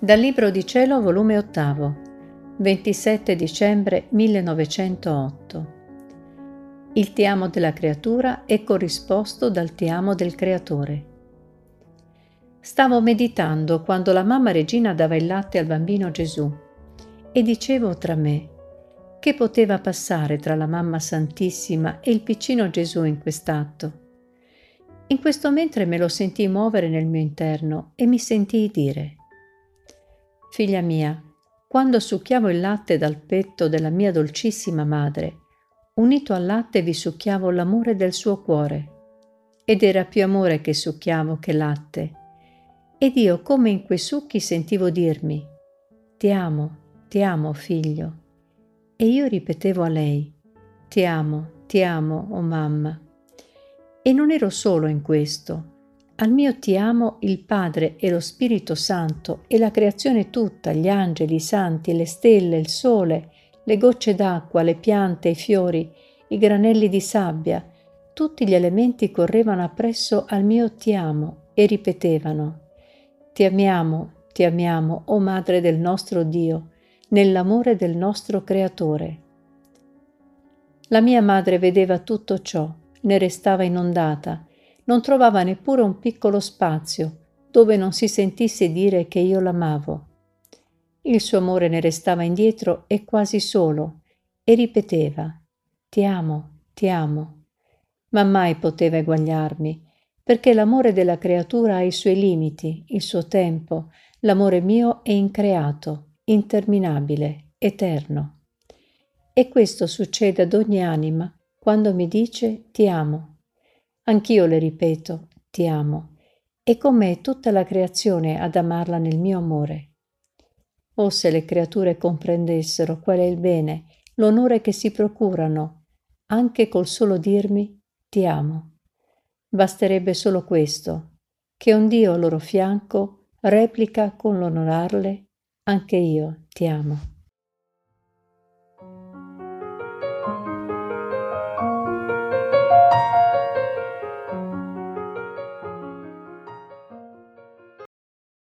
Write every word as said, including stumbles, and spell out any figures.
Dal Libro di Cielo, volume ottavo, ventisette dicembre millenovecentootto. Il ti amo della creatura è corrisposto dal ti amo del creatore. Stavo meditando quando la mamma Regina dava il latte al bambino Gesù e dicevo tra me: che poteva passare tra la mamma Santissima e il piccino Gesù in quest'atto? In questo mentre me lo sentii muovere nel mio interno e mi sentii dire: figlia mia, quando succhiavo il latte dal petto della mia dolcissima madre, unito al latte vi succhiavo l'amore del suo cuore, ed era più amore che succhiavo che latte. Ed io come in quei succhi sentivo dirmi: ti amo, ti amo, figlio. E io ripetevo a lei: ti amo, ti amo, o mamma. E non ero solo in questo. Al mio ti amo il Padre e lo Spirito Santo e la creazione tutta, gli angeli, i santi, le stelle, il sole, le gocce d'acqua, le piante, i fiori, i granelli di sabbia, tutti gli elementi correvano appresso al mio ti amo e ripetevano: ti amiamo, ti amiamo, o Madre del nostro Dio, nell'amore del nostro Creatore. La mia madre vedeva tutto ciò, ne restava inondata, non trovava neppure un piccolo spazio dove non si sentisse dire che io l'amavo. Il suo amore ne restava indietro e quasi solo, e ripeteva: ti amo, ti amo. Ma mai poteva eguagliarmi, perché l'amore della creatura ha i suoi limiti, il suo tempo. L'amore mio è increato, interminabile, eterno. E questo succede ad ogni anima quando mi dice ti amo. Anch'io le ripeto, ti amo, e con me tutta la creazione ad amarla nel mio amore. Oh, se le creature comprendessero qual è il bene, l'onore che si procurano, anche col solo dirmi ti amo. Basterebbe solo questo, che un Dio al loro fianco replica con l'onorarle: anche io ti amo.